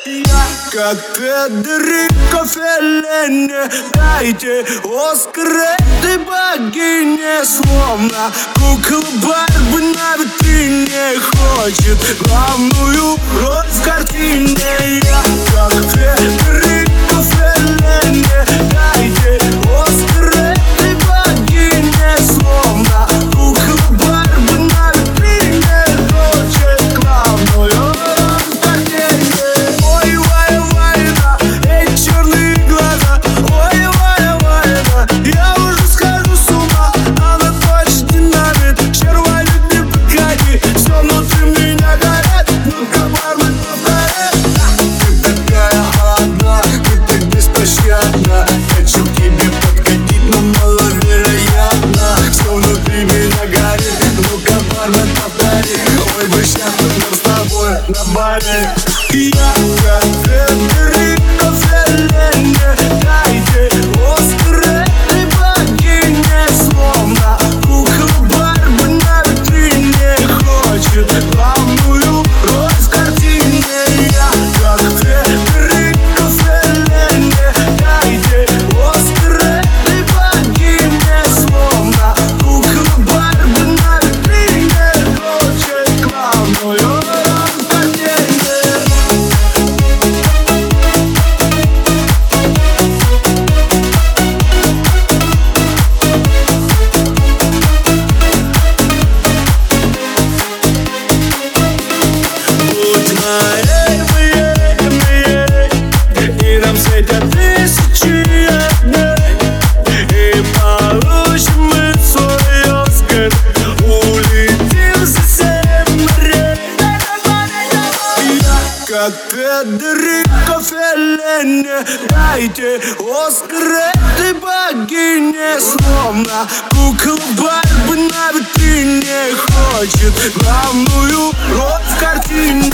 Я как Федерико Феллини, дайте Оскар этой богине. Словно кукла Барби на витрине, хочет главную роль в картине. Я как Федерико Феллини, дайте Оскар этой богине. Словно кукла Барби на витрине, хочет главную роль в картине. Ой, война, эти черные глаза. Ой, война, я уже схожу с ума. Она точно динамит, червонит, не погоди. Все внутри меня горит, ну-ка, бармен, повтори. Ты такая одна, ты так беспощадна. Хочу к тебе подкатить, но маловероятно. Все внутри меня горит, ну-ка, бармен, повтори. Ой, бы сейчас мы с тобой на баре. Я как Федерико Феллини, дайте Оскар этой богине. Словно кукла Барби на витрине, хочет главную роль в картине. Я как Федерико Феллини, дайте Оскар этой богине. Словно кукла Барби на витрине, хочет главную роль в картине. Будь моей, и нам светят тысячи огней, и получим мы свой Оскар, улетим за 7 морей. Я как Федерико Феллини, дайте Оскар этой богине. Словно кукла Барби на витрине, хочет главную роль в картине.